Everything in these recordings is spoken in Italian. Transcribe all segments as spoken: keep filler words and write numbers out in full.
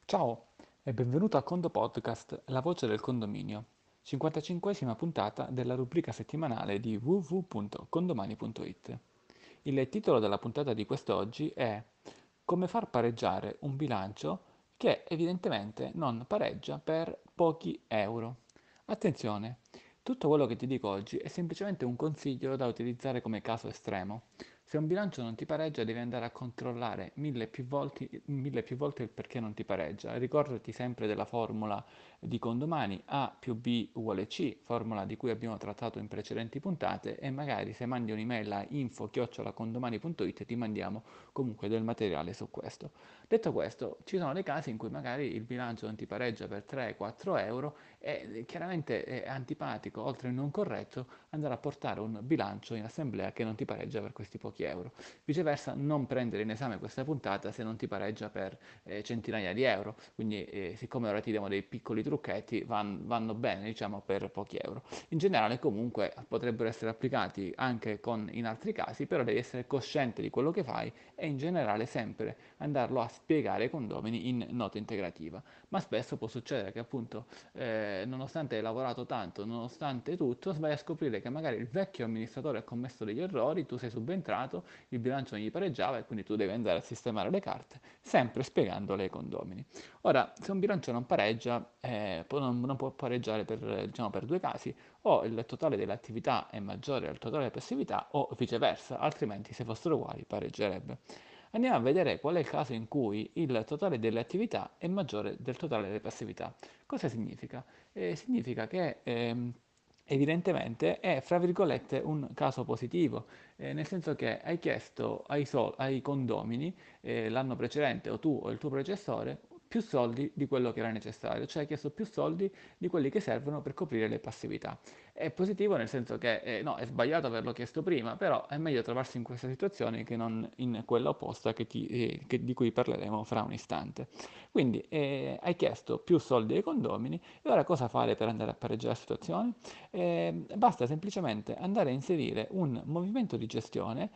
Ciao e benvenuto a Condo Podcast, la voce del condominio, cinquantacinquesima puntata della rubrica settimanale di w w w punto condomani punto it. Il titolo della puntata di quest'oggi è Come far pareggiare un bilancio che evidentemente non pareggia per pochi euro. Attenzione, tutto quello che ti dico oggi è semplicemente un consiglio da utilizzare come caso estremo. Se un bilancio non ti pareggia, devi andare a controllare mille più volte, mille più volte il perché non ti pareggia. Ricordati sempre della formula di condomani A più B uguale C, formula di cui abbiamo trattato in precedenti puntate, e magari se mandi un'email a info chiocciola condomani punto it ti mandiamo comunque del materiale su questo. Detto questo, ci sono dei casi in cui magari il bilancio non ti pareggia per tre quattro euro e chiaramente è antipatico, oltre che non corretto, andare a portare un bilancio in assemblea che non ti pareggia per questi pochi euro. Viceversa, non prendere in esame questa puntata se non ti pareggia per eh, centinaia di euro. Quindi, eh, siccome ora ti diamo dei piccoli trucchetti, van, vanno bene, diciamo, per pochi euro. In generale, comunque, potrebbero essere applicati anche con, in altri casi, però devi essere cosciente di quello che fai e in generale sempre andarlo a spiegare ai condomini in nota integrativa. Ma spesso può succedere che appunto eh, nonostante hai lavorato tanto, nonostante tutto, vai a scoprire che magari il vecchio amministratore ha commesso degli errori, tu sei subentrato, il bilancio non gli pareggiava e quindi tu devi andare a sistemare le carte, sempre spiegandole ai condomini. Ora, se un bilancio non pareggia, eh, può- non, non può pareggiare per, eh, diciamo, per due casi: o il totale delle attività è maggiore al totale delle passività, o viceversa, altrimenti se fossero uguali pareggerebbe. Andiamo a vedere qual è il caso in cui il totale delle attività è maggiore del totale delle passività. Cosa significa? Eh, significa che ehm, evidentemente è, fra virgolette, un caso positivo, eh, nel senso che hai chiesto ai, sol- ai condomini eh, l'anno precedente, o tu o il tuo predecessore, più soldi di quello che era necessario, cioè hai chiesto più soldi di quelli che servono per coprire le passività. È positivo nel senso che, eh, no, è sbagliato averlo chiesto prima, però è meglio trovarsi in questa situazione che non in quella opposta che ti- eh, che- di cui parleremo fra un istante. Quindi eh, hai chiesto più soldi ai condomini e ora cosa fare per andare a pareggiare la situazione? Eh, basta semplicemente andare a inserire un movimento di gestione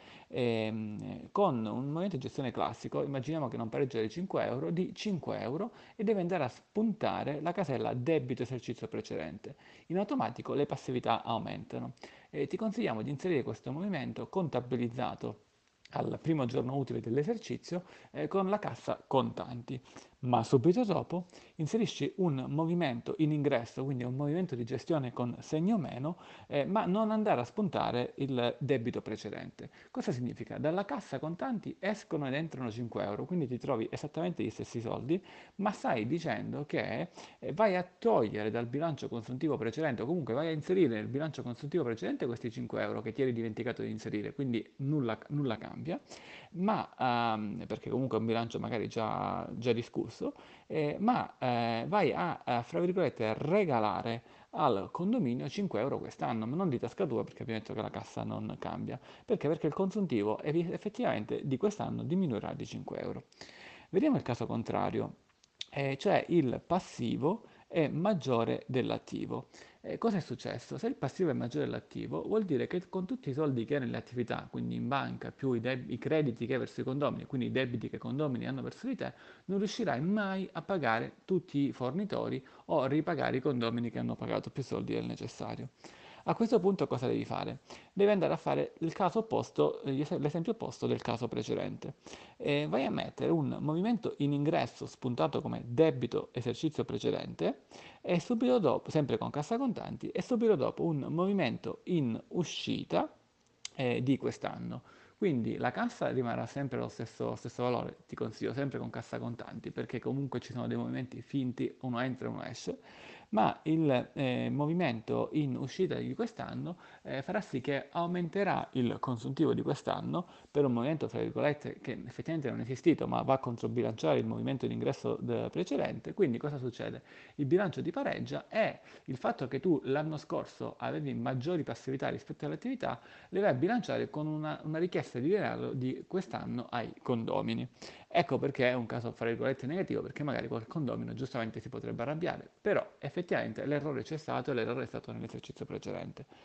ehm, con un movimento di gestione classico. Immaginiamo che non pareggia di cinque euro, di cinque euro, e deve andare a spuntare la casella debito esercizio precedente. In automatico le passività aumentano. E ti consigliamo di inserire questo movimento contabilizzato al primo giorno utile dell'esercizio eh, con la cassa contanti, ma subito dopo inserisci un movimento in ingresso, quindi un movimento di gestione con segno meno, eh, ma non andare a spuntare il debito precedente. Cosa significa? Dalla cassa contanti escono ed entrano cinque euro, quindi ti trovi esattamente gli stessi soldi, ma stai dicendo che eh, vai a togliere dal bilancio consuntivo precedente, o comunque vai a inserire nel bilancio consuntivo precedente questi cinque euro che ti eri dimenticato di inserire, quindi nulla, nulla cambia, ma ehm, perché comunque è un bilancio magari già, già discusso, eh, ma eh, vai a, a, fra virgolette, regalare al condominio cinque euro quest'anno, ma non di tasca tua perché abbiamo detto che la cassa non cambia. Perché? Perché il consuntivo evi- effettivamente di quest'anno diminuirà di cinque euro. Vediamo il caso contrario, eh, cioè il passivo è maggiore dell'attivo. Eh, cosa è successo? Se il passivo è maggiore dell'attivo, vuol dire che con tutti i soldi che hai nelle attività, quindi in banca, più i, deb- i crediti che hai verso i condomini, quindi i debiti che i condomini hanno verso di te, non riuscirai mai a pagare tutti i fornitori o ripagare i condomini che hanno pagato più soldi del necessario. A questo punto cosa devi fare? Devi andare a fare il caso opposto, eh, l'esempio opposto del caso precedente. E vai a mettere un movimento in ingresso spuntato come debito esercizio precedente e subito dopo, sempre con cassa contanti, e subito dopo un movimento in uscita eh, di quest'anno. Quindi la cassa rimarrà sempre lo stesso, stesso valore, ti consiglio sempre con cassa contanti perché comunque ci sono dei movimenti finti, uno entra e uno esce, ma il eh, movimento in uscita di quest'anno eh, farà sì che aumenterà il consuntivo di quest'anno per un movimento, tra virgolette, che effettivamente non è esistito, ma va a controbilanciare il movimento di ingresso del precedente. Quindi cosa succede? Il bilancio ti pareggia e il fatto che tu l'anno scorso avevi maggiori passività rispetto alle attività le vai a bilanciare con una, una richiesta di denaro di quest'anno ai condomini. Ecco perché è un caso, fra virgolette, negativo, perché magari qualche condomino giustamente si potrebbe arrabbiare, però effettivamente l'errore c'è stato e l'errore è stato nell'esercizio precedente.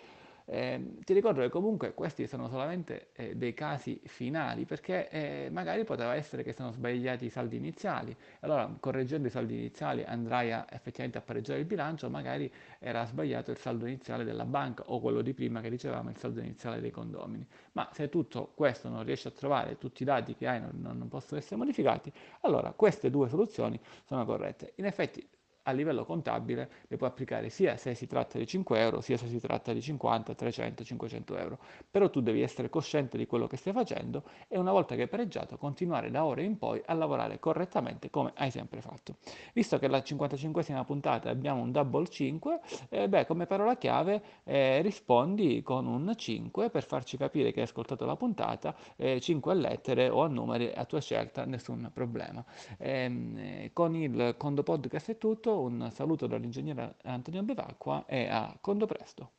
Eh, ti ricordo che comunque questi sono solamente eh, dei casi finali, perché eh, magari poteva essere che sono sbagliati i saldi iniziali, allora correggendo i saldi iniziali andrai a, effettivamente a pareggiare il bilancio, magari era sbagliato il saldo iniziale della banca o quello di prima che dicevamo, il saldo iniziale dei condomini. Ma se tutto questo non riesci a trovare, tutti i dati che hai non, non possono essere modificati, allora queste due soluzioni sono corrette. In effetti a livello contabile le puoi applicare sia se si tratta di cinque euro, sia se si tratta di cinquanta, trecento, cinquecento euro. Però tu devi essere cosciente di quello che stai facendo e una volta che hai pareggiato continuare da ora in poi a lavorare correttamente come hai sempre fatto. Visto che è la cinquantacinquesima puntata abbiamo un double cinque, eh, beh, come parola chiave eh, rispondi con un cinque per farci capire che hai ascoltato la puntata, eh, cinque a lettere o a numeri a tua scelta, nessun problema. Ehm, eh, con il Condo Podcast è tutto, un saluto dall'ingegnere Antonio Bevacqua e a Condo Presto.